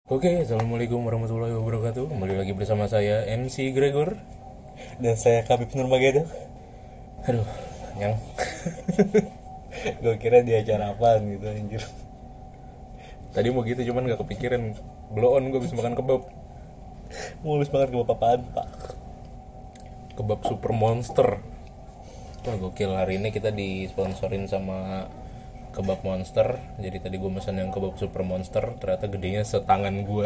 Oke, assalamualaikum warahmatullahi wabarakatuh. Kembali lagi bersama saya MC Gregor. Dan saya Kabib Nurmagedon. Aduh, yang Gue kira di acara apaan gitu anjir. tadi mau gitu cuman gak kepikiran. Blow on gue bisa makan kebab. Mulus banget ke apaan pak. Kebab Super Monster. Wah gokil, hari ini kita disponsorin sama Kebab Monster. Jadi tadi gue pesan yang kebab Super Monster, ternyata gedenya setangan gue.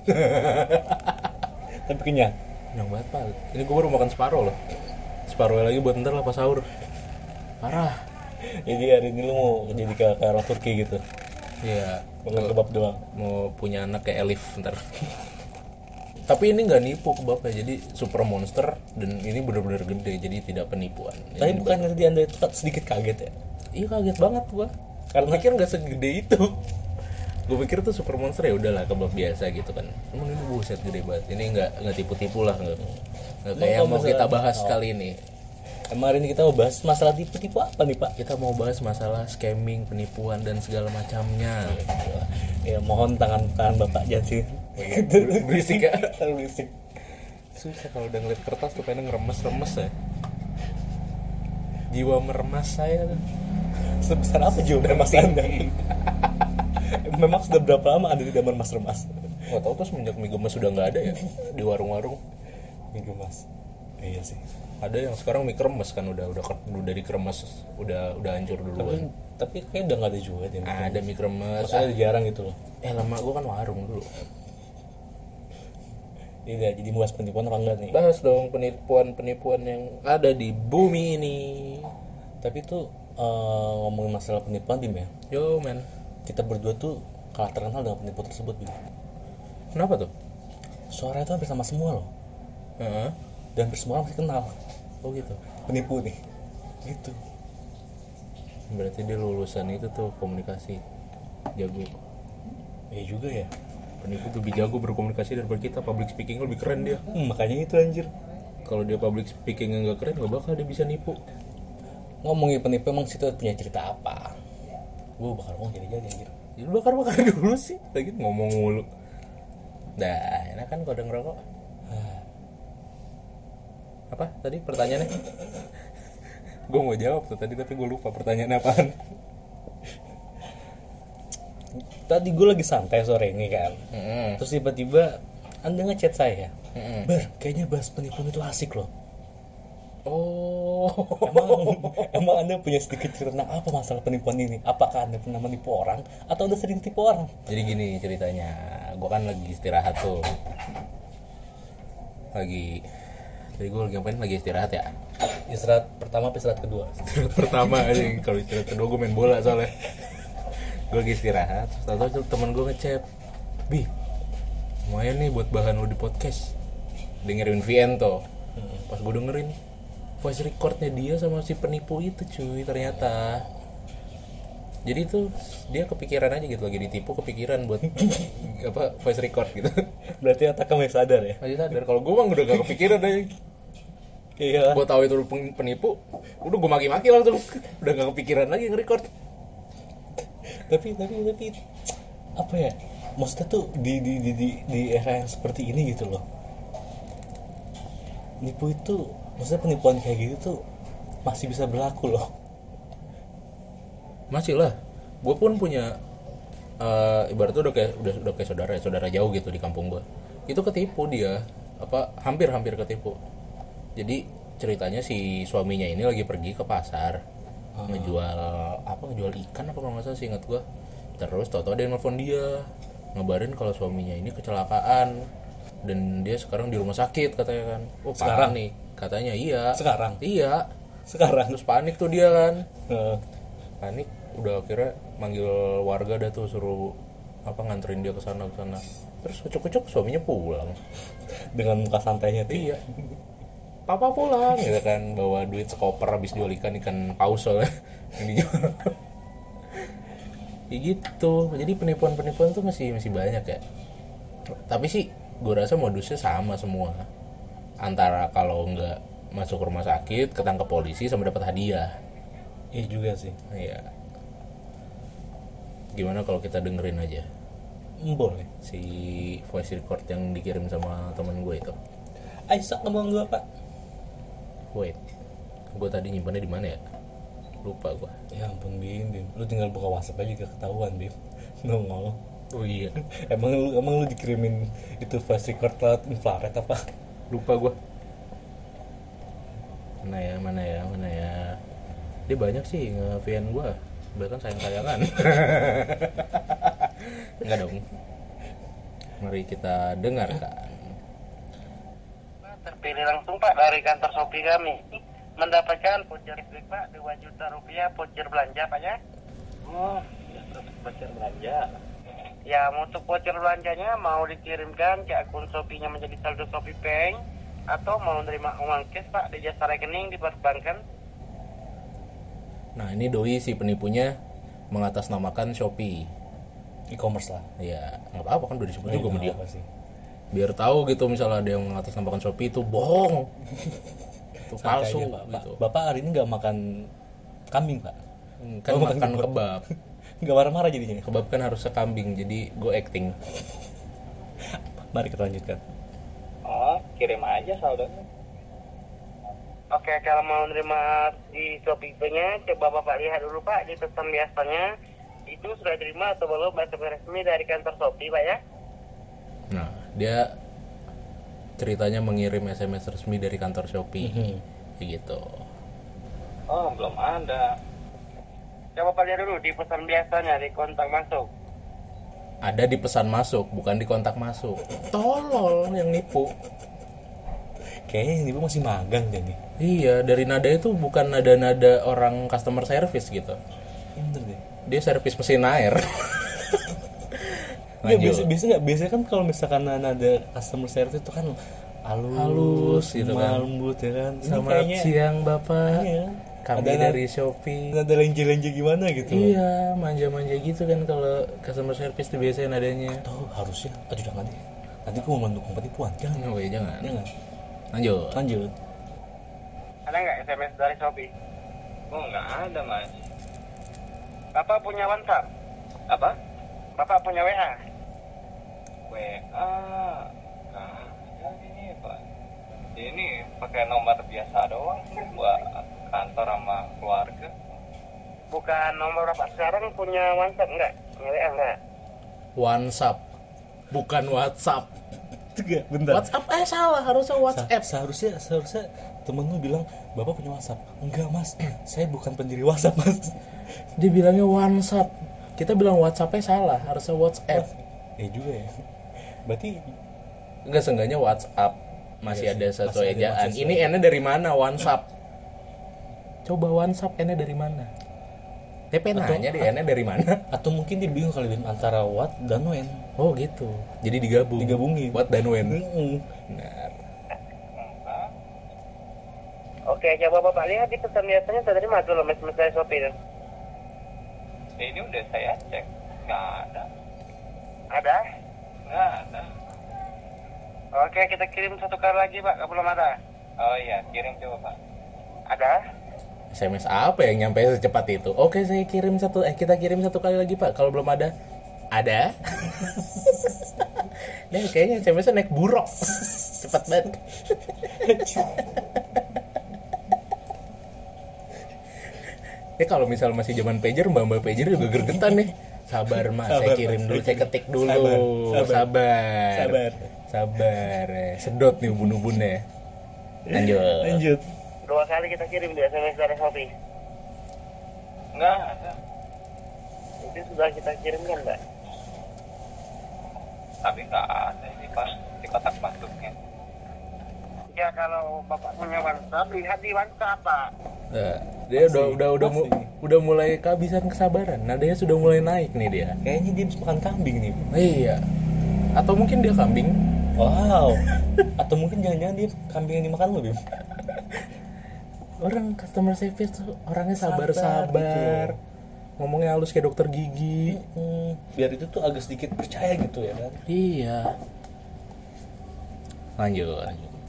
Tapi kenyang. Yang banget pak. Ini gue baru makan separuh loh. Separuh lagi buat ntar lah pas sahur. Parah. Jadi hari ini lu mau jadi kayak orang Turki gitu. Iya. Makan kebab doang. Mau punya anak kayak Elif ntar. Tapi ini nggak nipu kebabnya, jadi Super Monster dan ini benar-benar gede, jadi tidak penipuan. Tapi Ini bukan tadi anda itu sedikit kaget ya? iya kaget banget gua. Karena pikir nggak segede itu. Gue pikir tuh Super Monster ya udahlah kebab biasa gitu kan. Emang ini buset gede banget. Ini nggak tipu-tipu lah, nggak kayak yang mau kita bahas kali ini. Kemarin kita mau bahas masalah tipu-tipu apa nih pak? Kita mau bahas masalah scamming, penipuan dan segala macamnya. Ya mohon tangan bapak jangan sih. Berisik ya. Berisik. Susah kalau udah ngeliat kertas tuh pengen ngeremes-remes ya. Jiwa meremas saya tuh. Sebesar apa juga remas anda? Memang sudah berapa lama anda tidak meremas-remas? Gak tau tuh semenjak mie gemes sudah nggak ada ya di warung-warung. Minggu mas. Iya sih. Ada yang sekarang mie kremes kan udah dari kremes udah hancur duluan. Tapi kayaknya udah nggak ada juga deh. Ada mie kremes. Maksudnya jarang gitu loh. Lama gua kan warung dulu. Tidak, jadi bahas penipuan apa enggak nih? Bahas dong penipuan yang ada di bumi ini. Tapi tuh ngomongin masalah penipuan Bim ya. Yo men. Kita berdua tuh kalah terkenal dengan penipu tersebut Bim. Kenapa tuh? Suara itu hampir sama semua loh. Heeh. Dan hampir semua orang masih kenal. Oh gitu. Penipu nih. Gitu. Berarti dia lulusan itu tuh komunikasi. Jago. Iya juga ya. Penipu lebih jago berkomunikasi daripada kita. Public speaking lebih keren dia. Makanya itu anjir. Kalau dia public speaking nggak keren, nggak bakal dia bisa nipu. Ngomongin penipu emang situ punya cerita apa? Gue bakal ngomong jadi anjir. Jadi bakar dulu sih. Lagi ngomong mulu. Dah, enak kan kalau udah ngerokok. Apa tadi pertanyaannya? Gue mau jawab tuh tadi tapi gue lupa pertanyaannya apaan. Tadi gue lagi santai sore ini kan. Terus tiba-tiba anda ngechat saya. Bar, kayaknya bahas penipuan itu asik loh. Oh, Emang anda punya sedikit cerita tentang apa masalah penipuan ini? Apakah anda pernah menipu orang atau anda sering tipu orang? jadi gini ceritanya. Gue kan lagi istirahat tuh. Jadi gue lagi ngapain? Lagi istirahat ya. Istirahat pertama apa istirahat kedua? Istirahat pertama aja. Kalau istirahat kedua gue main bola soalnya. Gue lagi istirahat. Tahu-tahu temen gue ngechat, Bi, lumayan nih buat bahan lu di podcast. Dengerin Viento. Pas gue dengerin voice recordnya dia sama si penipu itu cuy, ternyata. Jadi tuh dia kepikiran aja gitu, lagi ditipu kepikiran buat apa voice record gitu. Berarti otak kamu yang sadar ya? Masih sadar. Kalau gue mah udah gak kepikiran aja. Iya. Gue tahu itu penipu, udah gue maki-maki langsung. Udah gak kepikiran lagi nge-record. Tapi apa ya? Maksudnya tuh di era yang seperti ini gitu loh. Nipu itu, maksudnya penipuan kayak gitu tuh masih bisa berlaku loh. Masih lah. Gue pun punya ibaratnya udah kayak saudara jauh gitu di kampung gue. Itu ketipu dia, hampir ketipu. Jadi ceritanya si suaminya ini lagi pergi ke pasar ngejual ikan apa kalau nggak salah sih, ingat gue. Terus tau-tau dia nelfon dia ngabarin kalau suaminya ini kecelakaan dan dia sekarang di rumah sakit katanya kan. Oh Sekarang nih katanya. Iya Sekarang. Terus panik tuh dia kan. Panik udah akhirnya manggil warga dah tuh, suruh nganterin dia ke sana. Terus kucuk suaminya pulang Dengan muka santainya tuh. iya, papa pulang gitu kan, bawa duit sekoper habis jual ikan paus soalnya yang dijual. Ya gitu. Jadi penipuan tuh masih banyak ya. Tapi sih gue rasa modusnya sama semua, antara kalau nggak masuk rumah sakit ketangkep polisi sama dapat hadiah. Iya juga sih. Iya. Gimana kalau kita dengerin aja Boleh. Si voice record yang dikirim sama temen gue itu. Aisyah ngomong gue apa? Wait, gue tadi nyimpannya di mana ya? Lupa gue. Ya ampun Bim, lu tinggal buka WhatsApp aja juga ketahuan Bim. Nongol. Oh iya. emang lu dikirimin itu voice record lewat infrared apa? Lupa gue. Mana ya. Dia banyak sih nge-VN gue. Bahkan sayang-sayangan. Enggak dong. Mari kita dengarkan. Terpilih langsung Pak dari kantor Shopee kami. Mendapatkan voucher listrik Pak 2 juta rupiah voucher belanja Pak ya. Oh, voucher belanja. Ya untuk voucher belanjanya mau dikirimkan ke akun Shopee-nya menjadi saldo Shopee Pay atau mau menerima uang cash Pak di jasa rekening di perbankan. Nah ini doi si penipunya mengatasnamakan Shopee. E-commerce lah. Ya nggak apa-apa kan udah disebut juga sama dia. Apa sih? Biar tahu gitu misalnya ada yang mengatasnamakan Shopee itu bohong. Itu palsu Santai aja, Pak. gitu. Bapak hari ini nggak makan kambing Pak? Kan Oh, makan makan kebab. Nggak marah-marah jadinya. Kebab kan harusnya kambing, jadi gue acting. Mari kita lanjutkan. Oh, kirim aja saldonya. Oke, kalau mau nerima di Shopee Pay-nya, coba Bapak lihat dulu Pak di pesan biasanya. Itu sudah terima atau belum SMS resmi dari kantor Shopee Pak ya? Nah dia ceritanya mengirim SMS resmi dari kantor Shopee. Kayak gitu. Oh, belum ada. Coba Bapak lihat dulu di pesan biasanya di kontak masuk. Ada di pesan masuk, bukan di kontak masuk. Tolol yang nipu. Kayaknya yang ibu masih magang jadi. Iya, dari nada itu bukan nada-nada orang customer service gitu. Bener deh. Dia servis mesin air. Iya, biasanya kan kalau misalkan ada customer service itu kan halus gitu kan. lembut ya kan. Ini Selamat kayaknya siang Bapak. iya, Kami ada dari Shopee. ada lenje-lenje gimana gitu. Iya, manja-manja gitu kan kalau customer service tuh biasanya nadanya. Tahu harusnya. Aduh jangan deh. Nanti gua mau mendukung penipuan. Jangan. Oh iya, jangan. Jangan. Lanjut. Ada nggak SMS dari Shopee? Oh, nggak ada, Mas. Bapak punya WhatsApp? Apa? Bapak punya WA? WA. Nggak ada ini, Pak. Ini pakai nomor biasa doang buat kantor sama keluarga. Bukan nomor Bapak sekarang punya WhatsApp nggak? Punya WA nggak? WhatsApp. Bukan WhatsApp. Juga bentar. WhatsApp salah, harusnya WhatsApp. Seharusnya temen lu bilang bapak punya WhatsApp. Enggak mas, saya bukan pendiri WhatsApp mas. Dia bilangnya WhatsApp. Kita bilang WhatsApp-nya salah, harusnya WhatsApp. Juga ya. Berarti Enggak, seenggaknya WhatsApp masih Iya ada sih, satu masih ada ejaan. maksud Ini N-nya dari mana? WhatsApp. Coba WhatsApp N-nya dari mana? TP nanya di N-nya dari mana? atau mungkin dia bingung kali Bim, antara what dan when. Oh gitu. Jadi digabungin. Digabungin. What dan when. Benar. Oke, coba Bapak lihat di pesan biasanya sudah terima belum SMS dari Shopee itu? Ini udah saya cek. Nggak ada. Ada? Nggak ada. Oke, kita kirim satu kali lagi Pak, kalau belum ada. Oh iya, kirim coba, Pak. Ada? SMS apa yang nyampe secepat itu? Oke, kita kirim satu kali lagi Pak. Kalau belum ada, ada. Nah, kayaknya SMS-nya naik buruk. Cepat banget. Ya kalau misal masih zaman pager, mbak pager juga gergetan nih. Sabar mas, saya kirim dulu, saya ketik dulu. Sabar. Sedot nih ubun-ubunnya. Lanjut. 2 kali kita kirim di SMS dari Shopee. Nggak ada. Itu sudah kita kirimkan Mbak. Tapi nggak ada ini, Pak. Di kotak masuknya. Ya kalau Bapak punya WhatsApp, lihat di WhatsApp Pak. Nah, dia udah mulai kehabisan kesabaran. Nadanya sudah mulai naik nih dia. Kayaknya dia habis makan kambing nih. Iya. Atau mungkin dia kambing. Wow. Atau mungkin jangan-jangan dia kambing yang dimakan lu Bim. Orang customer service tuh orangnya Sabar sabar. gitu. Ngomongnya halus kayak dokter gigi. Biar itu tuh agak sedikit percaya gitu ya kan. Iya. Lanjut.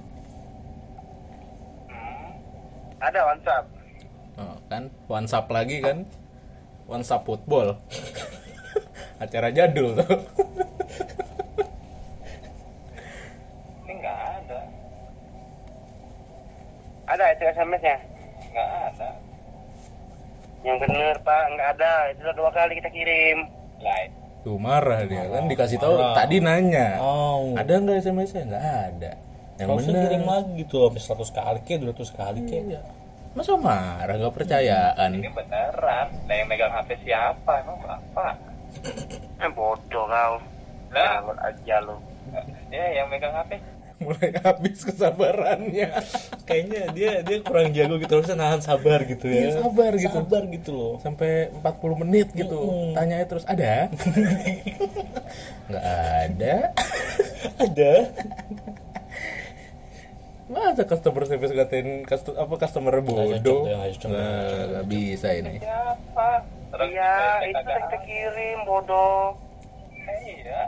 Ada WhatsApp. Oh, kan WhatsApp lagi kan. WhatsApp football. Acara jadul tuh. Ada itu SMS-nya? Nggak ada. Yang bener Pak, nggak ada. Itu udah 2 kali kita kirim. Lah, Tuh marah dia kan dikasih tahu marah. tadi nanya. Oh. Ada nggak SMS-nya? Nggak ada. Yang Kalau saya bener. kirim lagi gitu sampai 100 kali kayak 200 kali kayak. Iya. Masa marah nggak percayaan? ini beneran. Nah, yang megang HP siapa? Emang Bapak? Bodoh kau. Lah. Jangan aja lu. Ya, yang megang HP. Mulai habis kesabarannya. Kayaknya dia kurang jago gitu, harusnya nahan sabar gitu ya. Iya, sabar gitu. Sabar gitu loh. Sampai 40 menit gitu. Tanya terus ada? Nggak ada. Ada. Masa customer service ngatain customer bodoh? Nggak bisa ini. Siapa? Terus Iya, dicek itu kagak kita kirim, bodoh. Iya.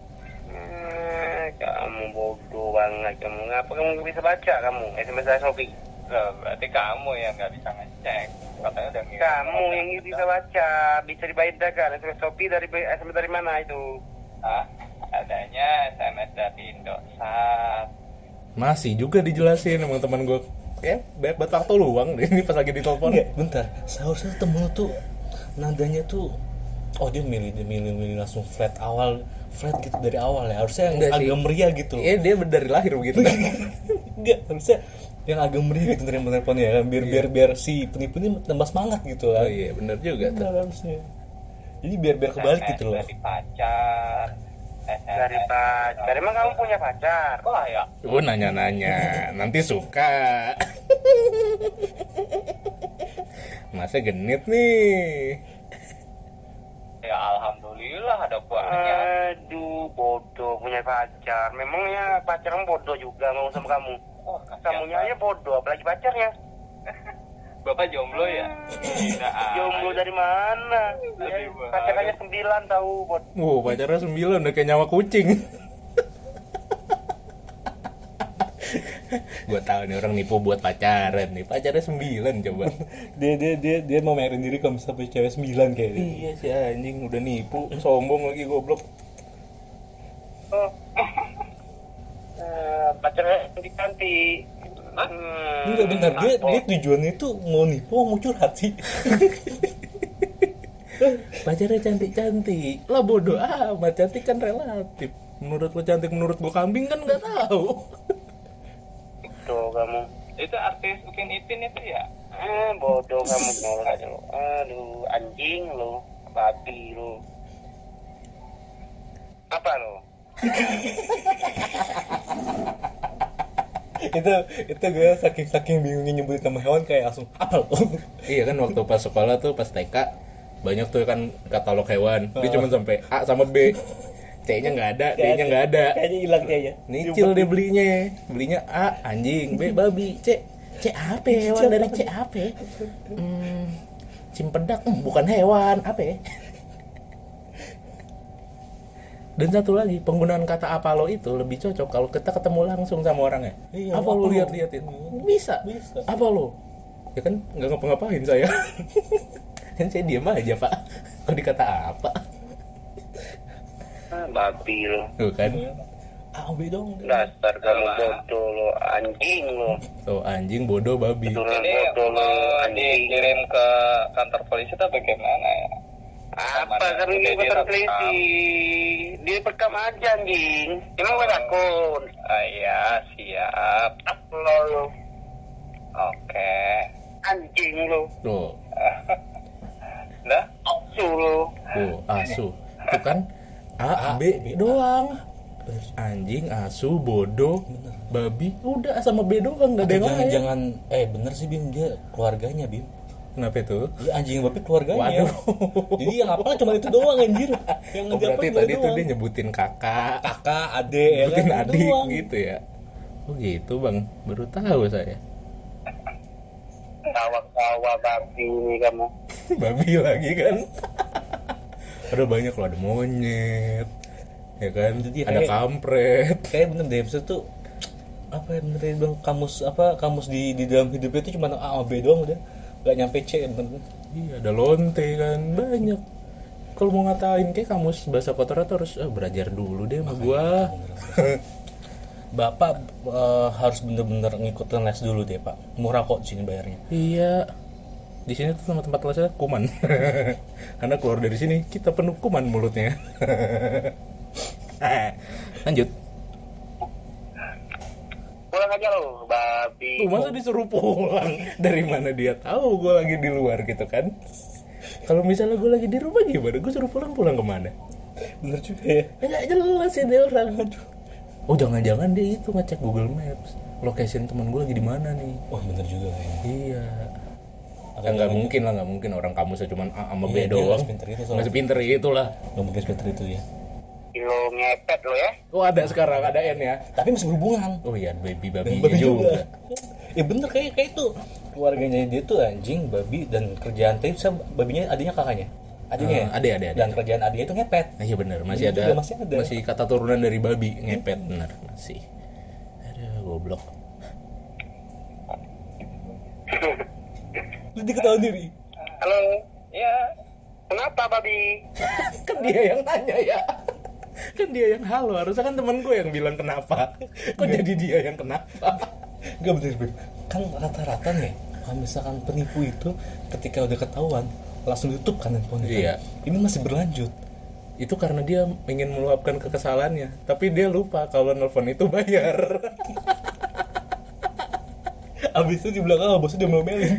Kamu bodoh banget kamu. Ngapa kamu bisa baca kamu SMS dari Shopee? Loh, berarti kamu yang nggak bisa ngecek. Katanya udah ngirim. Kamu yang bisa baca, bisa dibedakan SMS Shopee dari SMS dari mana itu? Hah? Adanya SMS dari Indosat. Masih juga dijelasin emang teman gue. Kayak banyak banget waktu luang deh ini pas lagi ditelepon. Enggak, bentar. Seharusnya temen lu tuh nadanya tuh dia milih langsung flat gitu dari awal ya. Harusnya yang Enggak sih. agak meriah gitu. Iya dia dari lahir begitu. Enggak, harusnya yang agak meriah gitu nerima teleponnya kan biar si penipu ini tambah semangat gitu Oh kan. iya benar juga tuh. Benar harusnya. Jadi biar kebalik SMS gitu loh. dari pacar. Dari pacar. Emang kamu punya pacar? Wah ya. Gue nanya-nanya, nanti suka. Masa genit nih. Ya alhamdulillah ada banyak. Aduh, bodoh punya pacar. Memangnya pacarmu bodoh juga mau sama kamu? Oh, kasihan Kamunya banget. aja bodoh, apalagi pacarnya. Bapak jomblo ya? Tidak. Jomblo dari mana? Dari mana? Pacarnya 9 tahu, bodoh. Pacarnya 9 udah kayak nyawa kucing. Gue tahu nih orang nipu buat pacaran nih. Pacarnya 9 coba. Dia mau merin diri kalau misalnya punya cewek 9 kayaknya. Iya sih anjing udah nipu, sombong lagi goblok. Pacarnya cantik. Enggak bentar, dia tujuannya itu mau nipu mau curhat sih. Pacarnya cantik-cantik. Lah bodoh amat, cantik kan relatif. Menurut lo cantik, menurut gue kambing kan nggak tahu. Tuh kamu. Itu artis Upin Ipin itu ya? Bodoh kamu nolak aja lo. Aduh, anjing lo, babi lo. Apa lo? itu gue saking bingungnya nyebut nama hewan kayak langsung apa lo? Iya kan waktu pas sekolah tuh pas TK banyak tuh kan katalog hewan. Dia cuma sampai A sama B. C-nya nggak ada, D-nya nggak ada. Kayaknya hilang kayaknya. Nyicil dia belinya A anjing, B babi, C apa hewan dari C apa? Cimpedak bukan hewan apa? Dan satu lagi penggunaan kata apa lo itu lebih cocok kalau kita ketemu langsung sama orangnya. Iya, apa lo liatin? Bisa. Apa lo? Ya kan nggak ngapa-ngapain saya. Kan saya diam aja pak. Kok dikata apa? Babi lo. Tuh kan. B dong. Dasar kamu bodoh lo, anjing lo. Tuh anjing bodoh babi. Turunan Ini bodoh lo, mau anjing. dikirim ke kantor polisi atau bagaimana ya? Apa kami ini bukan polisi? Direkam aja anjing. Emang gue takut. Iya, siap. Lo Oke. anjing lo. Tuh. Nah, Asu lo. Tuh asu. Itu kan A, B doang. Anjing, asu, bodoh, babi, udah sama B doang, nggak ada yang lain. Jangan bener sih Bim, dia keluarganya Bim. Kenapa itu? Dia anjing babi keluarganya. Waduh. Jadi yang hafal cuma itu doang anjir. Yang Oh, berarti tadi tuh dia nyebutin kakak, kakak, adik, ya nyebutin kan? Itu adik doang. gitu ya. Oh gitu bang, baru tahu saya. Tawa-tawa babi ini kamu. Babi lagi kan. Ada banyak loh, ada monyet, ya kan? Jadi Ada kayak- kampret. Kayak bener deh episode tuh apa ya bener dia bilang kamus di dalam hidupnya itu cuma A sama B doang udah gak nyampe C bener. Iya, ada lonte kan, banyak. Kalau mau ngatain kayak kamus bahasa kotor tuh harus belajar dulu deh sama gua. Bapak harus bener-bener ngikutin les dulu deh Pak. Murah kok di sini bayarnya. Iya. Di sini tuh sama tempat lesnya kuman. Karena keluar dari sini kita penuh kuman mulutnya. Lanjut. Pulang aja lo, babi. Tuh masa disuruh pulang? Dari mana dia tahu gue lagi di luar gitu kan? Kalau misalnya gue lagi di rumah gimana? Gue suruh pulang kemana? Bener juga ya. Nggak jelas ya dia orang. Aduh. Oh jangan-jangan dia itu ngecek Google Maps. Location teman gue lagi di mana nih? Wah bener juga kayaknya. Iya. Nggak mungkin lah, nggak mungkin orang kamu cuma A sama B Iya, dia doang. nggak sepinter itu soalnya. Nggak sepinter itu lah. Nggak mungkin sepinter itu ya. Lo ngepet lo ya. Oh ada sekarang, ada N ya. Tapi masih berhubungan. Oh iya, baby Babi juga. Ya bener kayak itu. Keluarganya dia tuh anjing, babi, dan kerjaan tadi bisa babinya adanya kakaknya. Adanya ya? Ada. Dan kerjaan adanya itu ngepet. Nah, iya benar, masih Iya ada, juga, masih ada. masih kata turunan dari babi, ngepet benar masih. Aduh, goblok. Lu diketahui diri. Halo. Ya, Kenapa babi? Kan dia yang nanya ya. Kan dia yang halo, harusnya kan teman gue yang bilang kenapa. Kok jadi dia yang kenapa? Gak bener, Beb. Kan rata-rata nih, kalau misalkan penipu itu ketika udah ketahuan langsung ditutup kan handphone. Iya. Ini masih berlanjut. Itu karena dia ingin meluapkan kekesalannya, tapi dia lupa kalau nelfon itu bayar. Abis itu di belakang bosnya dia ngomelin.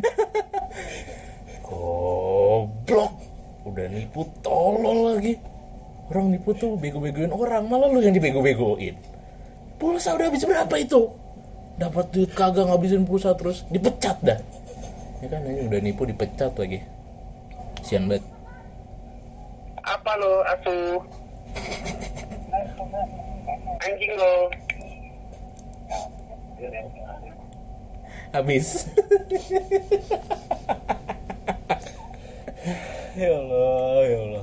Goblok. Udah nipu tolol lagi. Orang nipu tuh bego-begoin orang, malah lu yang dibego-begoin. Pulsa udah habis berapa itu? Dapat duit kagak ngabisin pulsa terus dipecat dah. Ya kan ini udah nipu dipecat lagi. Sian banget. Apa lo asuh? Anjing lo. Habis. Ya Allah.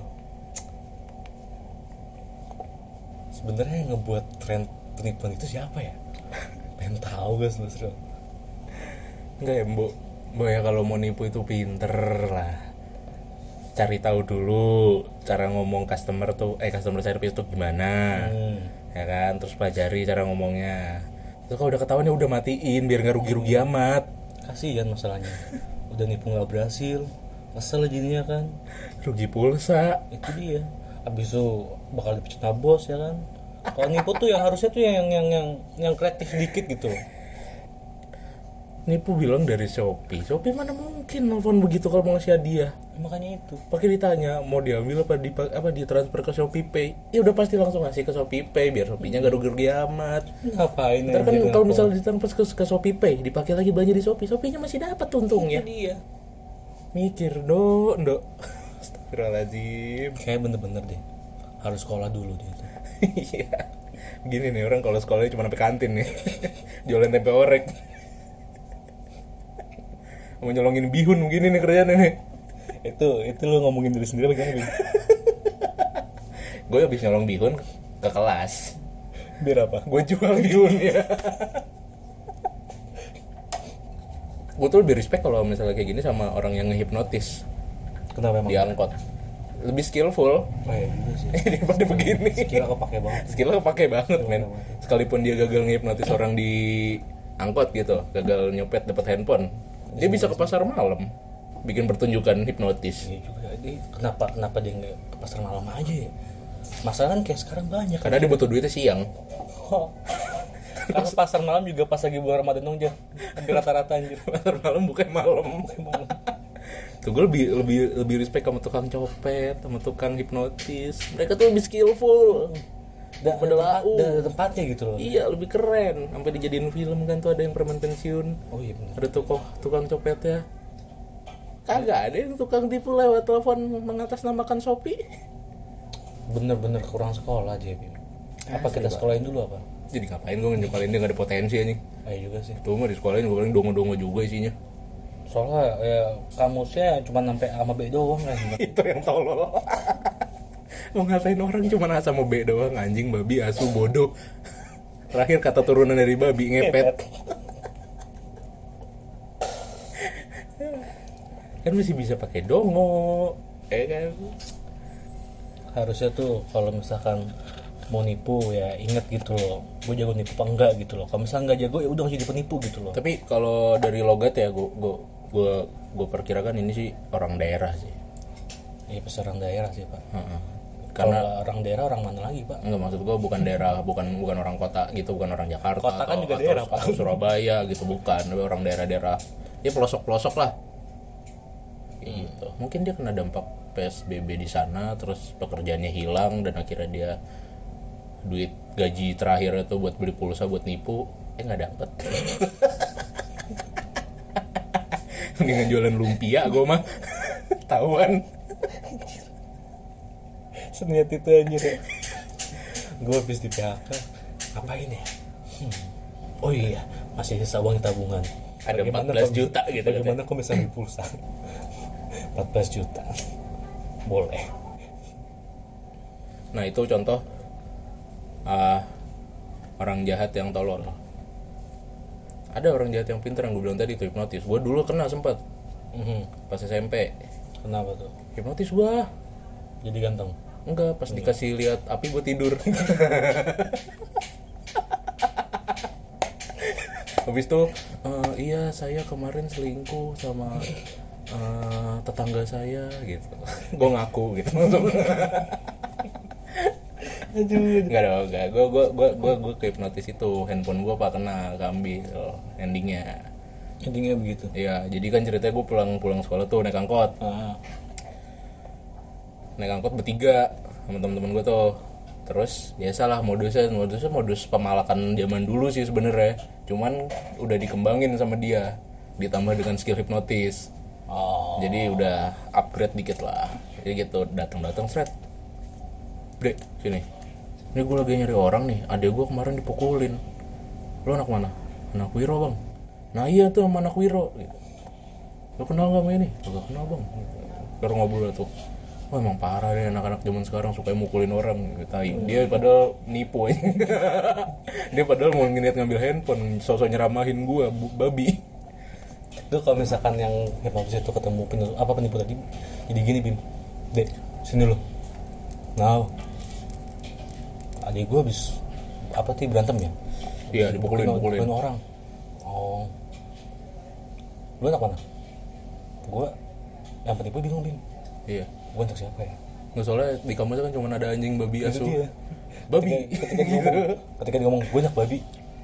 Sebenarnya yang ngebuat tren penipuan itu siapa ya? Pengen tahu guys, Mas Bro. Enggak ya, Mbok. Mbok ya kalau mau nipu itu pinter lah. Cari tahu dulu cara ngomong customer service tuh gimana. Ya kan, terus pelajari cara ngomongnya. Terus kalau udah ketahuan ya udah matiin biar nggak rugi-rugi amat. Kasihan masalahnya. Udah nipu nggak berhasil. Kesel jadinya kan. Rugi pulsa. Itu dia. Abis itu bakal dipecat sama bos ya kan. Kalau nipu tuh yang harusnya tuh yang kreatif dikit gitu. Nipu bilang dari Shopee mana mungkin nelfon begitu kalau mau ngasih hadiah. Makanya itu. Pakai ditanya mau diambil apa ditransfer ke Shopee Pay. Ya udah pasti langsung ngasih ke Shopee Pay biar Shopee-nya gak rugi-rugi amat. Ngapain? Ntar kan kalau misalnya ditransfer ke Shopee Pay dipakai lagi belanja di Shopee, Shopee-nya masih dapat untungnya. Itu dia. Mikir dok. Astagfirullahaladzim. Kayak bener-bener deh. Harus sekolah dulu dia tuh. Iya. Gini nih orang kalau sekolahnya cuma sampai kantin nih. Jualan tempe orek. Mau nyolongin bihun begini nih kerjaan nih. Itu lu ngomongin diri sendiri bagaimana, Bing? Gue habis nyolong bihun ke kelas. Biar apa? Gue jual bihunnya. Gue tuh lebih respect kalau misalnya kayak gini sama orang yang ngehipnotis Kenapa emang? di angkot. Lebih skillful Oh iya juga sih. daripada begini. Skill kepake banget. Skillnya kepake banget men. Sekalipun dia gagal ngehipnotis orang di angkot gitu, gagal nyopet dapat handphone, dia bisa ke pasar malam bikin pertunjukan hipnotis. Iya juga. Kenapa dia nggak ke pasar malam aja ya? Masalah kan kayak sekarang banyak. Karena dia butuh duitnya siang. Karena pasar malam juga pas lagi bulan Ramadan dong, hampir rata-rata anjir. Pasar malam bukan malam. Tuh gue lebih respect sama tukang copet, sama tukang hipnotis. Mereka tuh lebih skillful. Ada tempatnya gitu loh. Iya, lebih keren. Sampai dijadiin film kan tuh ada yang preman pensiun. Oh iya benar. Ada tukang copetnya. Kagak ada yang tukang tipu lewat telepon mengatasnamakan Shopee. Bener-bener kurang sekolah dia, Bim. Apa kita sekolahin dulu apa? Jadi ngapain gue nyekolin dia gak ada potensi anjing. Ayo juga sih. Tuh mah di sekolahin gue paling dongo-dongo juga isinya. Soalnya ya kamusnya cuma sampai A sama B doang kan. Itu yang tolol. Mau ngatain orang cuma A sama B doang, anjing, babi, asu, bodoh. Terakhir kata turunan dari babi, ngepet. Kan masih bisa pakai dongo, kan? Harusnya tuh kalau misalkan mau nipu ya inget gitu loh, gue jago nipu apa enggak gitu loh. Kalau misalnya nggak jago ya udah nggak jadi penipu gitu loh. Tapi kalau dari logat ya gue perkirakan ini sih orang daerah sih. Iya pas orang daerah sih pak. Karena kalau orang daerah orang mana lagi pak? enggak, maksud gue bukan daerah, bukan orang kota gitu, bukan orang Jakarta. Kota kan juga daerah, Pak. Atau Surabaya gitu, bukan. Tapi orang daerah-daerah ya pelosok-pelosok lah. Gitu. Mungkin dia kena dampak PSBB di sana, terus pekerjaannya hilang dan akhirnya dia duit gaji terakhir itu buat beli pulsa buat nipu, nggak dapet. Mendingan jualan lumpia gue mah. Tahuan. Seniat itu aja deh. Gue habis di PHK ngapain ya? Oh iya, masih sisa uang tabungan. Ada 14 juta gitu. Bagaimana kok bisa beli pulsa? 14 juta. Boleh. Nah itu contoh orang jahat yang tolol. Ada orang jahat yang pintar yang gue bilang tadi itu hipnotis. Gue dulu kena sempat pas SMP. Kenapa tuh? Hipnotis gue. Jadi ganteng? Enggak, pas dikasih lihat api gue tidur. Habis itu iya saya kemarin selingkuh sama tetangga saya gitu. Gue ngaku gitu. Aduh. Enggak dong, enggak. Gue ke hipnotis itu, handphone gue pak kena keambil endingnya. Endingnya begitu. Iya, jadi kan ceritanya gue pulang sekolah tuh naik angkot. Naik angkot bertiga sama teman-teman gue tuh. Terus biasalah modus pemalakan zaman dulu sih sebenarnya. Cuman udah dikembangin sama dia, ditambah dengan skill hipnotis. Jadi udah upgrade dikit lah. Jadi gitu, datang seret. Dek, sini. Ini gue lagi nyari orang nih. Adek gue kemarin dipukulin. Lo anak mana? Anak Wiro bang. Nah iya tuh sama anak Wiro gitu. Lo kenal gak sama ini? Gak kenal bang. Sekarang ngobrol tuh. Wah emang parah deh anak-anak zaman sekarang suka mukulin orang gitu. Dia padahal nipu aja. Dia padahal mau ngambil handphone, sosok nyeramahin gue, babi. Itu kalau misalkan yang hipnotis itu ketemu penipu tadi, jadi gini Bim. Dek, sini lo. Nah, adik gue habis berantem ya? Iya, dipukulin orang. Oh. Lu anak mana? Gue yang penipu bingung Bim. Iya. Gue untuk siapa ya? Nggak, soalnya di kampusnya kan cuma ada anjing, babi, asu. Babi. Ketika dia ngomong gue anak babi.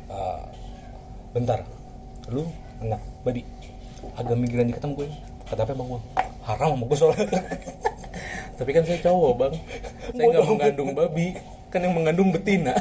Bentar. Lu anak babi. Agak mikiran dikit sama gue. Kata apa emang gue? Haram sama gue soalnya. Tapi kan saya cowok bang. Saya nggak mengandung babi. Kan yang mengandung betina.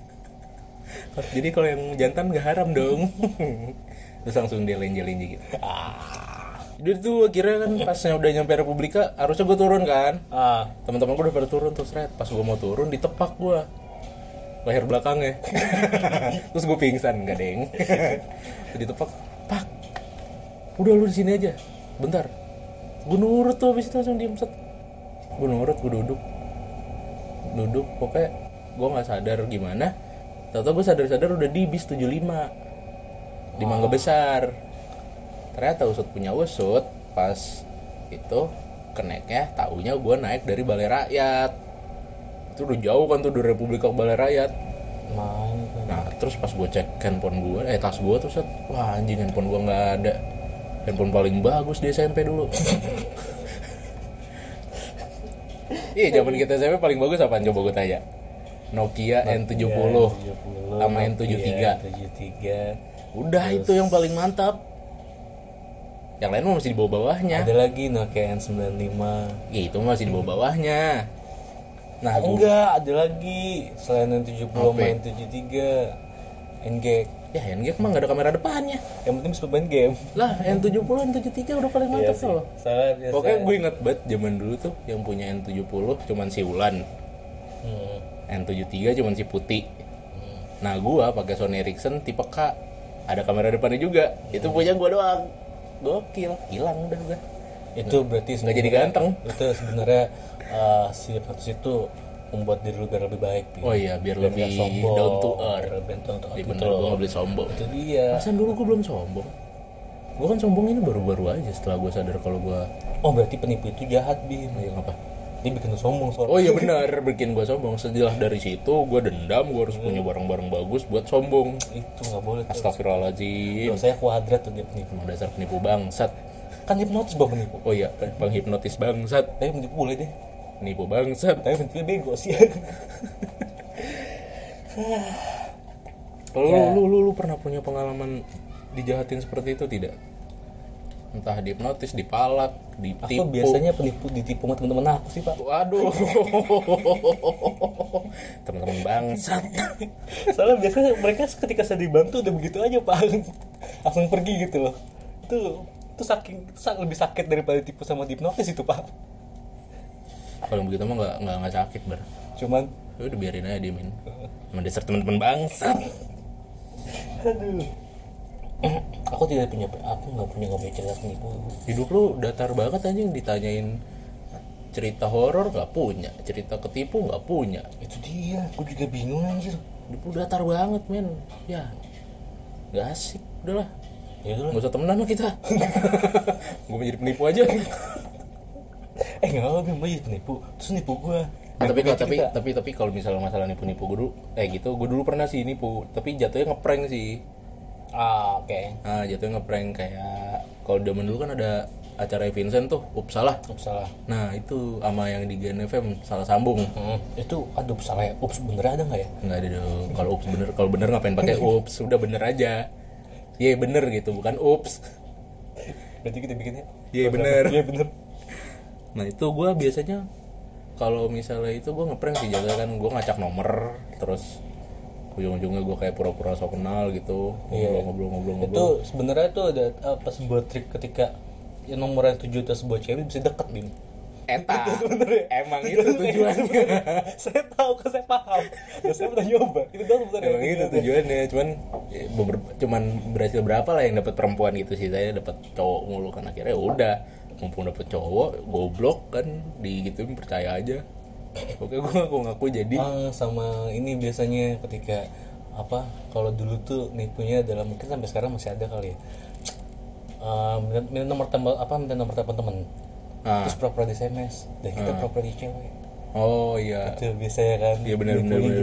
Jadi kalau yang jantan nggak haram dong. Terus langsung dia lenje-lenje gitu. Jadi tuh akhirnya kan pasnya udah nyampe Republika, harusnya gue turun kan. Teman-teman gue udah pada turun tuh seret. Pas gue mau turun ditepak gue leher belakangnya. Terus gue pingsan, enggak deng. Ditepak, pak. Udah lu di sini aja, bentar. Gue nurut tuh, habis itu langsung diem set. Gue nurut, gue duduk. Pokoknya gue nggak sadar gimana. Tahu-tahu gue sadar udah di bis 75 di Mangga Besar. Ternyata usut punya usut, pas itu keneknya taunya gue naik dari Balai Rakyat. Itu udah jauh kan tuh dari Republika ke Balai Rakyat. Nah terus pas gue cek handphone gue, tas gue tuh set, wah anjing handphone gue nggak ada. Handphone paling bagus di SMP dulu. Iya zaman kita SMP paling bagus apaan coba gue tanya? Nokia N70 sama N73. Udah itu yang paling mantap. Yang lain masih di bawah-bawahnya. Ada lagi Nokia N95. Ya itu masih di bawah-bawahnya. Nah, enggak, ada lagi selain N70 sama N73. NG. Ya NG mah enggak ada kamera depannya. Yang penting bisa main game. Lah, N70, N73 udah paling mantap tuh. Pokoknya gue inget banget zaman dulu tuh yang punya N70 cuman si Ulan. N73 cuman si Putih. Nah, gua pakai Sony Ericsson tipe K. Ada kamera depannya juga. Itu punya gua doang. Gokil, hilang udah gua. Itu berarti nggak jadi ganteng. Itu sebenarnya si hipnotis itu membuat diri lu biar lebih baik. Oh iya, biar lebih down to earth. Bener, gua nggak boleh sombong. Itu dia. Masa dulu gua belum sombong. Gua kan sombong ini baru-baru aja setelah gua sadar kalau gua. Oh berarti penipu itu jahat Bim. Iya apa? Dia bikin lu sombong soalnya. Oh iya benar, bikin gue sombong. Setelah dari situ gue dendam, gue harus punya barang-barang bagus buat sombong. Itu nggak boleh. Astagfirullahaladzim. Saya kuadrat tuh dia penipu. Emang dasar penipu bangsat. Kan hipnotis bang penipu. Oh iya, penghipnotis bangsat. Tapi penipu boleh deh. Penipu bangsat. Tapi penipunya bego sih. Lu pernah punya pengalaman dijahatin seperti itu tidak? Entah dihipnotis, dipalak, ditipu. Aku biasanya penipu ditipu sama teman-teman aku sih pak. Waduh. Teman-teman bangsat. Soalnya biasanya mereka ketika saya dibantu udah begitu aja pak, langsung pergi gitu loh. Itu lebih sakit daripada ditipu sama dihipnotis itu pak. Kalau begitu mah nggak sakit ber. Cuman udah biarin aja diemin. Sama dasar teman-teman bangsat. aduh. Aku nggak punya cerita penipu. Hidup lu datar banget anjing, ditanyain cerita horor nggak punya, cerita ketipu nggak punya. Itu dia, aku juga bingung anjir. Hidup lu datar banget men. Ya nggak asik, udahlah. Ya udah. Nggak usah temenan sama kita. Gue mau jadi penipu aja. Nggak apa-apa, gue jadi penipu. Terus nipu gue. Tapi kalau misalnya masalah nipu guru, gitu, gue dulu pernah sih nipu, tapi jatuhnya ngeprank sih. Oke. Nah, jatuhnya ngeprank kayak kalau zaman dulu kan ada acara Vincent tuh, salah. Nah, itu sama yang di Gen FM salah sambung. Itu salah ya. Bener ada nggak ya? Nggak ada dong. Kalau bener ngapain pakai udah bener aja. Iya bener gitu, bukan Berarti kita bikinnya. Iya bener. Iya bener. Nah, itu gue biasanya kalau misalnya itu gue ngeprank sih, jaga kan gue ngacak nomor, terus ujung-ujungnya gue kayak pura-pura so kenal gitu, ngobrol. Itu sebenarnya tuh ada sebuah trik ketika yang nomor yang 7 itu sebuah cewek bisa deket Bim. Eta emang itu tujuannya. Saya tahu, saya paham. Dan saya pernah nyoba. Itu doang sebenarnya. Emang itu tujuannya, cuman berhasil berapa lah yang dapat perempuan gitu sih. Saya dapat cowok mulu kan, akhirnya udah mumpung dapet cowok, goblok kan, digituin percaya aja. Oke, gue ngaku jadi. Sama ini biasanya ketika kalau dulu tuh nipunya adalah mungkin sampai sekarang masih ada kali ya. Minta nomor telepon temen. Terus pura-pura di SMS dan kita pura-pura di cewek. Oh iya. Itu biasanya kan. Iya benar.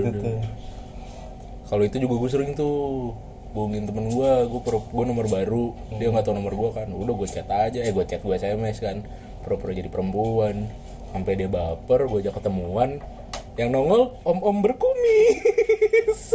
Kalau itu juga gue sering tuh bohongin temen gue nomor baru, dia nggak tahu nomor gue kan, udah gue chat gue SMS kan, pura-pura jadi perempuan, sampai dia baper, gue ajak ketemuan, yang nongol om berkumis.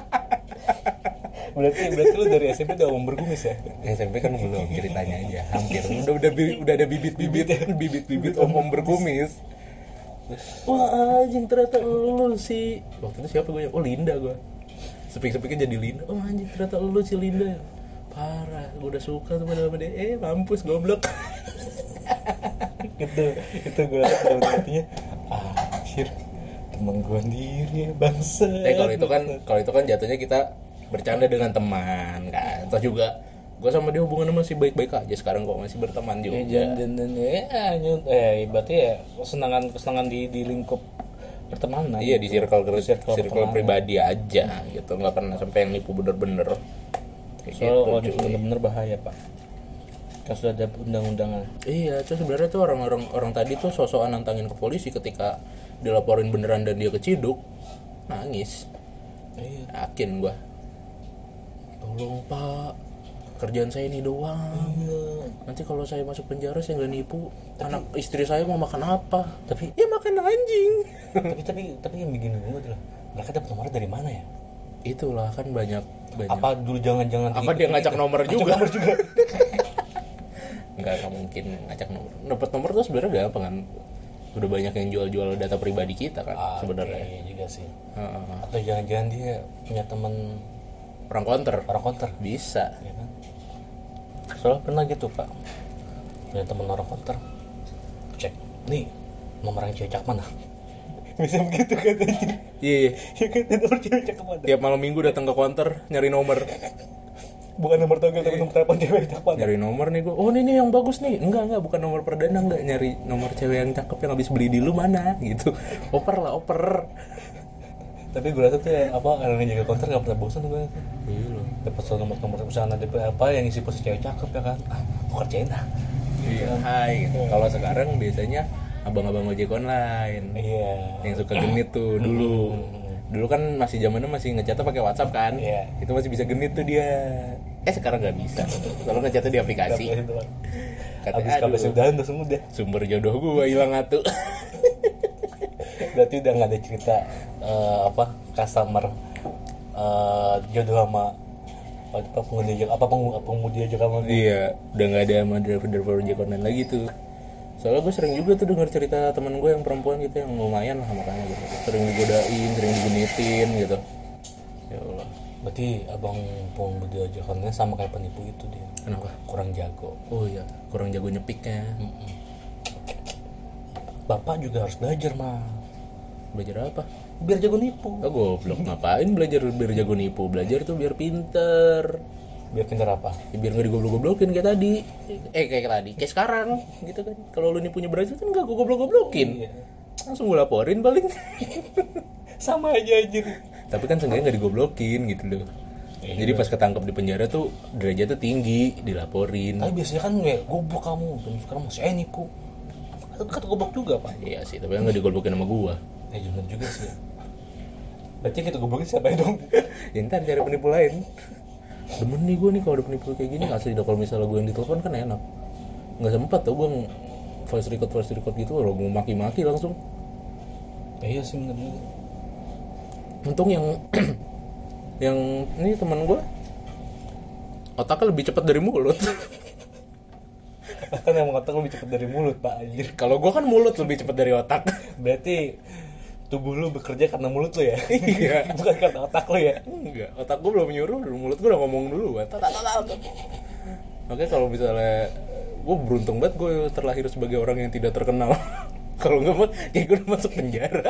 berarti lu dari SMP udah om berkumis ya? SMP kan belum, ceritanya aja, hampir, udah ada bibit om berkumis. Wah anjing, ternyata lu sih, waktu itu siapa gue ya? Oh Linda gue. Sepik-sepiknya jadi Linda. Oh anjing, ternyata lu si Linda. Parah, gue udah suka tuh sama dia. Mampus goblok. itu gue artinya anjir, temen gue sendiri bangsa. Kalau itu kan jatuhnya kita bercanda dengan teman kan. Atau juga gue sama dia hubungannya masih baik-baik aja sekarang kok, masih berteman juga. Berarti ya kesenangan di lingkup pertemanan. Iya, di circle pribadi aja gitu, nggak pernah sampai yang nipu bener-bener. Kalau nipu bener-bener bahaya pak, kan sudah ada undang-undangan. Iya, itu sebenarnya tuh orang tadi tuh sosokan nantangin ke polisi, ketika dilaporin beneran dan dia keciduk, nangis. Iya. Yakin gua, tolong pak, kerjaan saya ini doang. Nanti kalau saya masuk penjara saya nggak nipu, anak istri saya mau makan apa? Tapi ya makan anjing. tapi yang bikin gue adalah mereka dapat nomornya dari mana ya? Itulah kan banyak. Apa dulu jangan apa dia ngacak nomor juga? Nggak mungkin ngacak nomor. Dapat nomor tuh sebenarnya gampang kan. Udah banyak yang jual data pribadi kita kan sebenarnya. Iya juga sih. Atau jangan-jangan dia punya teman orang counter bisa. Ya kan? Soalnya pernah gitu pak, punya teman orang counter, cek nih nomor yang cewek cakep mana. Bisa begitu katanya. Iya. Ya kan, nomor cewek cakep mana. Tiap malam minggu datang ke counter nyari nomor. Bukan nomor togel tapi nomor telepon cewek cakep mana. Nyari nomor nih gue. Oh ini yang bagus nih. Enggak bukan nomor perdana, enggak, nyari nomor cewek yang cakep yang habis beli di lu mana gitu. Oper. Tapi gue rasa tuh orang yang jaga counter nggak pernah bosan gue. Iya loh. Dapat nomor perusahaan ada yang isi posisi cewek cakep ya kan. Aku kerjain dah. Iya. Hai. Kalau sekarang biasanya abang-abang ojek online. Iya. Yang suka genit tuh dulu. Dulu kan masih zamannya masih ngechatnya pakai WhatsApp kan. Iya. Itu masih bisa genit tuh dia. Sekarang nggak bisa. Kalau ngechatnya di aplikasi. Habis kabel sudah langsung udah. Sumber jodoh gua hilang atuh. Berarti udah nggak ada cerita customer jodoh sama pengemudi aja sama gue. Iya, udah nggak ada sama driver ojek online lagi tuh. Soalnya gue sering juga tuh dengar cerita teman gue yang perempuan gitu yang lumayan lah makanya gitu. Sering digodain, sering digenitin gitu. Ya Allah. Berarti abang pengemudi ojek online sama kayak penipu itu dia. Kenapa? Kurang jago. Oh iya, kurang jago nyepiknya. Bapak juga harus belajar mah. Belajar apa? Biar jago nipu. Oh goblok, ngapain belajar biar jago nipu? Belajar tuh biar pinter. Biar pintar apa? Ya, biar nggak digoblok-goblokin kayak tadi. Kayak sekarang gitu kan. Kalau lu nipunya berhasil kan nggak gue goblok-goblokin. Iya. Langsung gue laporin paling. Sama aja anjir. Tapi kan seenggaknya nggak digoblokin gitu loh. Jadi pas ketangkep di penjara tuh derajatnya tinggi, dilaporin. Tapi biasanya kan goblok kamu, dan sekarang masih nipu. Kan goblok juga pak. Iya sih, tapi kan nggak digoblokin sama gua. Bener juga sih. Berarti kita goblokin siapa ya dong? Ya ntar cari penipu lain. Demen nih gue nih kalau ada penipu kayak gini asli dah, kalau misalnya gue yang ditelepon kan enak. Nggak sempat tuh gue voice record gitu kalau gue maki-maki langsung. Iya sih bener juga. Untung yang yang ini teman gue otaknya lebih cepat dari mulut. Kan emang otak lebih cepat dari mulut pak anjir. Kalau gue kan mulut lebih cepat dari otak. Berarti tubuh lu bekerja karena mulut lu ya? Iya. Bukan karena otak lu ya? Enggak, otak gue belum nyuruh, mulut gue udah ngomong dulu. Makanya kalau misalnya gue beruntung banget gue terlahir sebagai orang yang tidak terkenal. Kalau nggak mah kayak gue udah masuk penjara.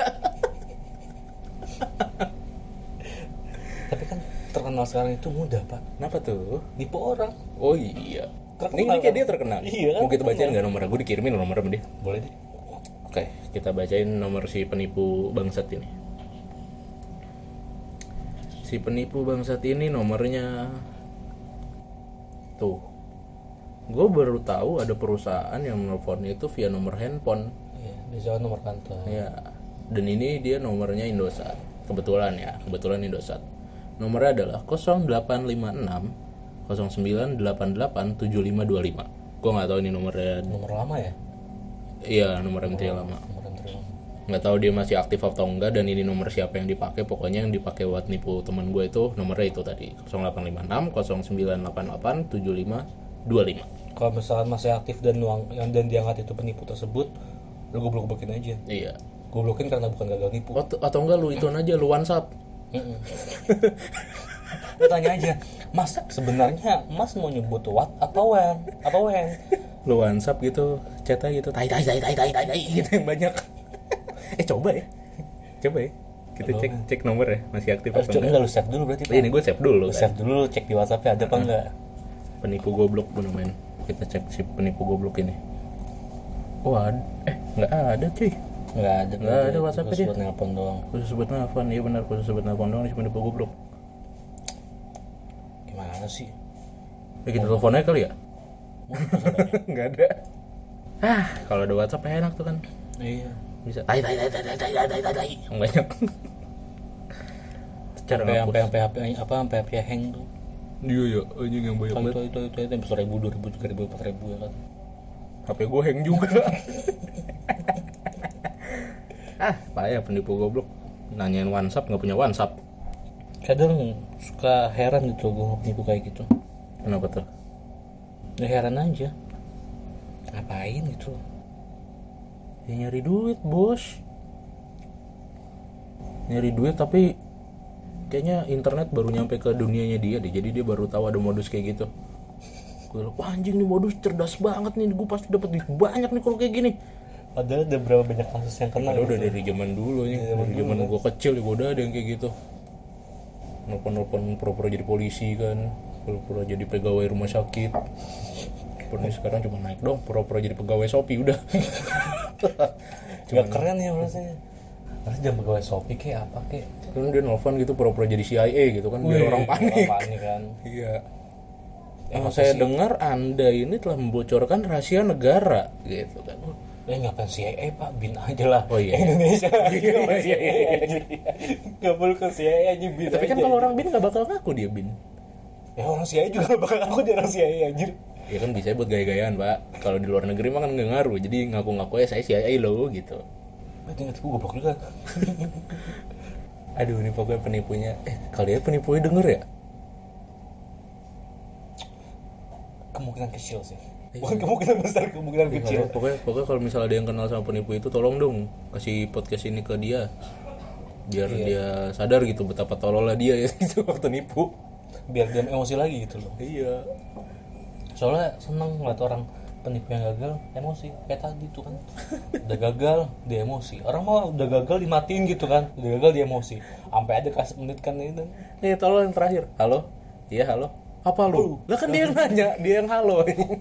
Tapi kan terkenal sekarang itu mudah pak. Kenapa tuh? Nipu orang. Oh iya. Terkenal, Ini kayak kan? dia terkenal. Iya kan? Mau kita bacain nggak nomornya? Gue dikirimin nomornya sama dia. Boleh deh. Oke, kita bacain nomor si penipu bangsat ini. Si penipu bangsat ini nomornya tuh. Gue baru tahu ada perusahaan yang nelfonnya itu via nomor handphone. Iya, biasanya nomor kantor. Ya. Dan ini dia nomornya Indosat. Kebetulan Indosat. Nomornya adalah 0856 0988 7525. Gue nggak tahu ini nomornya. Nomor lama ya? Iya, nomor MT lama. Nomor MT lama. Nggak tahu dia masih aktif atau enggak, dan ini nomor siapa yang dipakai. Pokoknya yang dipakai buat nipu teman gue itu nomornya itu tadi 0856 0988 7525. Kalau misalkan masih aktif dan diangkat itu penipu tersebut, lu goblok-goblokin aja. Iya. Goblokin karena bukan gagal nipu. Atau enggak lu itu aja, lu WhatsApp. Lu tanya aja, Mas sebenarnya Mas mau nyebut what atau when? Lu WhatsApp gitu, chat aja gitu, tai gitu yang banyak. Coba ya. Kita cek nomor ya, masih aktif apa enggak. Enggak, lu save dulu berarti. Ini gue save dulu. Lu save dulu, cek di WhatsApp-nya ada apa enggak. Penipu goblok gue namain. Kita cek si penipu goblok ini. Nggak ada cuy. Nggak ada WhatsApp aja. Khusus buat nelpon doang. Khusus buat nelfon, iya benar, khusus buat nelfon doang si penipu goblok. Gimana sih? Kita telepon aja kali ya? Nggak ada. Kalau ada WhatsApp enak tuh kan. Iya. Bisa. Tai. Yang banyak. Cara sampai HP hang tuh. Iya, anjing yang banyak banget. Itu sampai 1000, 2000, 3000, 4000 ya kan. HP gue hang juga. Payah penipu goblok. Nanyain WhatsApp, nggak punya WhatsApp. Kadang suka heran gitu gue penipu kayak gitu. Kenapa tuh? Ya heran aja. Ngapain gitu? Ya nyari duit, bos. Nyari duit tapi kayaknya internet baru nyampe ke dunianya dia deh. Jadi dia baru tahu ada modus kayak gitu. Gue bilang, anjing nih modus cerdas banget nih. Gue pasti dapat duit banyak nih kalau kayak gini. Padahal ada berapa banyak kasus yang kena. Udah dari zaman dulu nih. Dari zaman gue kecil ya udah ada yang kayak gitu. Nelpon pura-pura jadi polisi kan. Pura-pura jadi pegawai rumah sakit. Ini sekarang cuma naik dong, pura-pura jadi pegawai Shopee udah. Gak keren ya rasanya. Harus jangan pegawai Shopee kayak apa kayak. Kan dia nelfon gitu pura-pura jadi CIA gitu kan, biar orang panik. Orang panik kan. Iya. Saya dengar Anda ini telah membocorkan rahasia negara gitu kan. Ngapain CIA Pak, bin aja lah. Oh, iya. Indonesia. Iya. Gak perlu ke CIA aja, bin. Tapi kan aja. kalau orang bin nggak bakal ngaku dia bin. Ya orang CIA juga gak bakal aku dia orang CIA anjir. Ya kan bisa buat gaya-gayaan Pak. Kalau di luar negeri mah kan nggak ngaruh. Jadi ngaku-ngaku ya saya CIA loh gitu. Berarti ingat gue goblok juga. Aduh ini pokoknya penipunya. Kalian penipunya denger ya? Kemungkinan kecil sih. Bukan kemungkinan besar, kemungkinan kecil. Pokoknya kalau misalnya ada yang kenal sama penipu itu, tolong dong kasih podcast ini ke dia. Biar dia sadar gitu betapa tololnya dia ya gitu waktu nipu. Biar dia emosi lagi gitu loh. Iya. Soalnya seneng ngeliat orang penipu yang gagal emosi kayak tadi tuh kan. Udah gagal dia emosi, orang mah udah gagal dimatiin gitu kan, udah gagal dia emosi sampai ada kasih menit kan itu. Nih tolong yang terakhir, halo, iya halo, apa lu? Lah kan dia yang nanya, dia yang halo.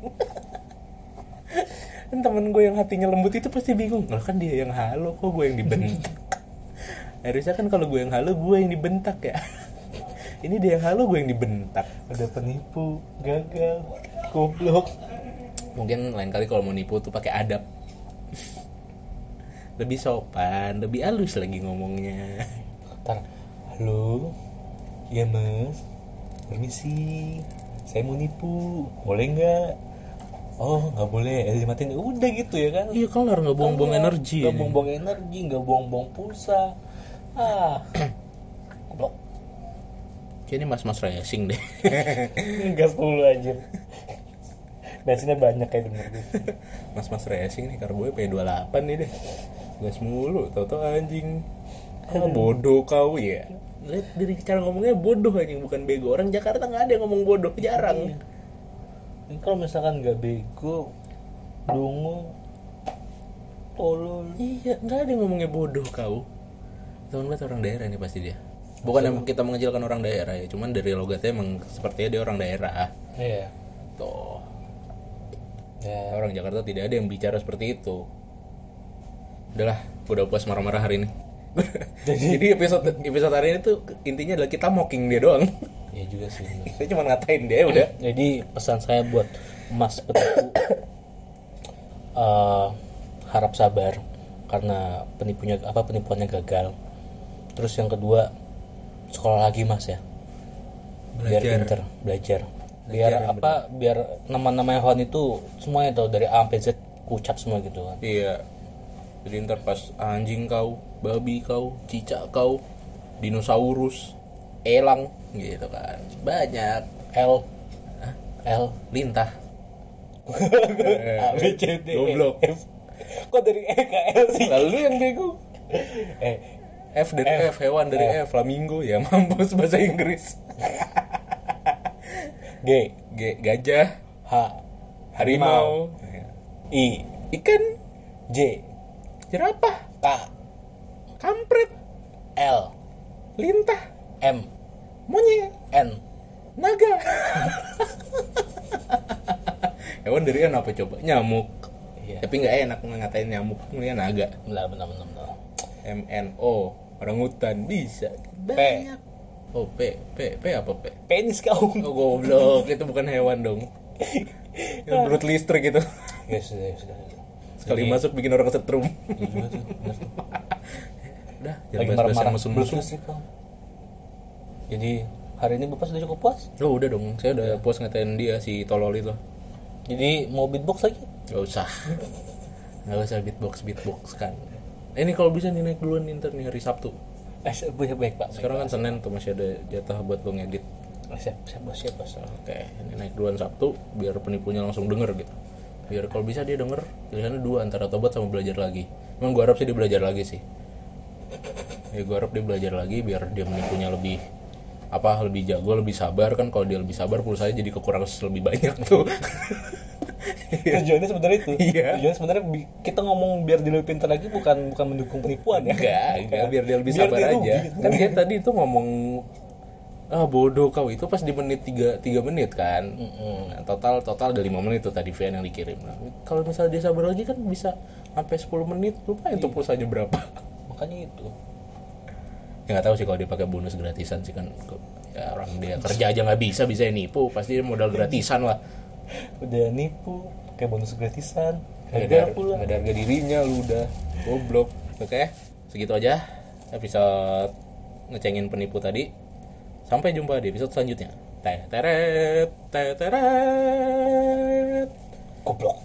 Kan temen gue yang hatinya lembut itu pasti bingung, lah kan dia yang halo, kok gue yang dibentak. Harusnya kan kalau gue yang halo, gue yang dibentak ya. Ini dia yang halo, gue yang dibentak. Udah penipu gagal goblok. Mungkin lain kali kalau mau nipu tuh pakai adab. Lebih sopan, lebih halus lagi ngomongnya. Ntar, halo, iya mas, permisi, saya mau nipu, boleh nggak? Oh nggak boleh, dimatiin. Udah gitu ya kan? Iya kelar, nggak buang-buang energi. Nggak buang-buang energi, nggak buang-buang pulsa. Goblok. Kayaknya mas-mas racing deh. Gas dulu aja. Bensinnya banyak kayak denger gitu. Mas-mas racing nih, karbonya P28 nih deh. Gas mulu, tau-tau anjing. Bodoh kau ya. Lihat dari cara ngomongnya bodoh anjing, bukan bego. Orang Jakarta nggak ada yang ngomong bodoh, jarang. Ini kalau misalkan nggak bego, dungu, tolol. Iya, nggak ada yang ngomongnya bodoh kau. Teman banget orang daerah nih pasti dia. Bukan yang kita mengecilkan orang daerah ya, cuman dari logatnya emang sepertinya dia orang daerah. Iya. Tuh. Ya. Orang Jakarta tidak ada yang bicara seperti itu. Udahlah, udah puas marah-marah hari ini. Jadi episode hari ini tuh intinya adalah kita mocking dia doang. Iya juga sih. Saya cuma ngatain dia udah. Jadi pesan saya buat Mas penipu, harap sabar karena penipuannya gagal. Terus yang kedua, sekolah lagi Mas ya. Biar pinter, belajar. Biar nama-nama hewan itu semuanya tahu dari A sampai Z ucap semua gitu kan. Iya. Jadi ntar pas anjing kau, babi kau, cicak kau, dinosaurus, elang gitu kan. Banyak. L lintah. A B C D E Goblok. F. Kok dari E ke L sih? Lalu yang bego. F dari F, hewan dari F, flamingo ya mampus bahasa Inggris. G Gajah, H harimau, I ikan, J jerapah, K kampret, L lintah, M monyet, N naga. Hewan dari N apa coba? Nyamuk. Iya. Tapi nggak enak ngatain nyamuk, mendingan naga. benar. MNO, orangutan bisa. Banyak. Oh, P apa P? Penis kau. Oh goblok, itu bukan hewan dong. Itu belut listrik gitu. Ya sudah. Sekali masuk bikin orang setrum. Iya juga tuh, benar tuh. Udah, Lagi jangan bahas-bahas marah-marah yang musuh-musuh. sih, Bang. Jadi hari ini Bapak sudah cukup puas? Oh udah dong, saya udah puas ngatain dia si tolol itu. Jadi mau beatbox lagi? Gak usah. Gak usah beatbox kan. Ini kalau bisa nih naik duluan nih, ntar nih hari Sabtu. Baik Pak. Sekarang kan Senin tuh masih ada jatah buat lo ngedit. Siap bos. Oke, ini naik duluan Sabtu biar penipunya langsung denger gitu. Biar kalau bisa dia denger, pilihannya dua antara tobat sama belajar lagi. Emang gue harap sih dia belajar lagi sih. Ya gue harap dia belajar lagi biar dia menipunya lebih jago, lebih sabar kan. Kalau dia lebih sabar pulsanya jadi kekurangan lebih banyak tuh. Tujuannya sebenarnya itu. Iya. Tujuannya sebenarnya kita ngomong biar dia lebih pintar lagi bukan mendukung penipuan ya. Enggak, biar dia lebih Biar sabar dia aja. rugi. Kan dia tadi itu ngomong bodoh kau itu pas di menit 3 menit kan. Nah, total ada 5 menit tuh tadi VN yang dikirim. Nah, kalau misalnya dia sabar lagi kan bisa sampai 10 menit. Lupa itu pulsanya berapa. Makanya itu. Ya nggak tahu sih kalau dia pakai bonus gratisan sih kan. Ya orang dia kerja aja nggak bisa nipu, pasti dia modal gratisan lah. Udah nipu pakai bonus gratisan, nggak ada harga dirinya lu udah goblok. Oke, segitu aja episode ngecengin penipu tadi. Sampai jumpa di episode selanjutnya. Teret. Goblok.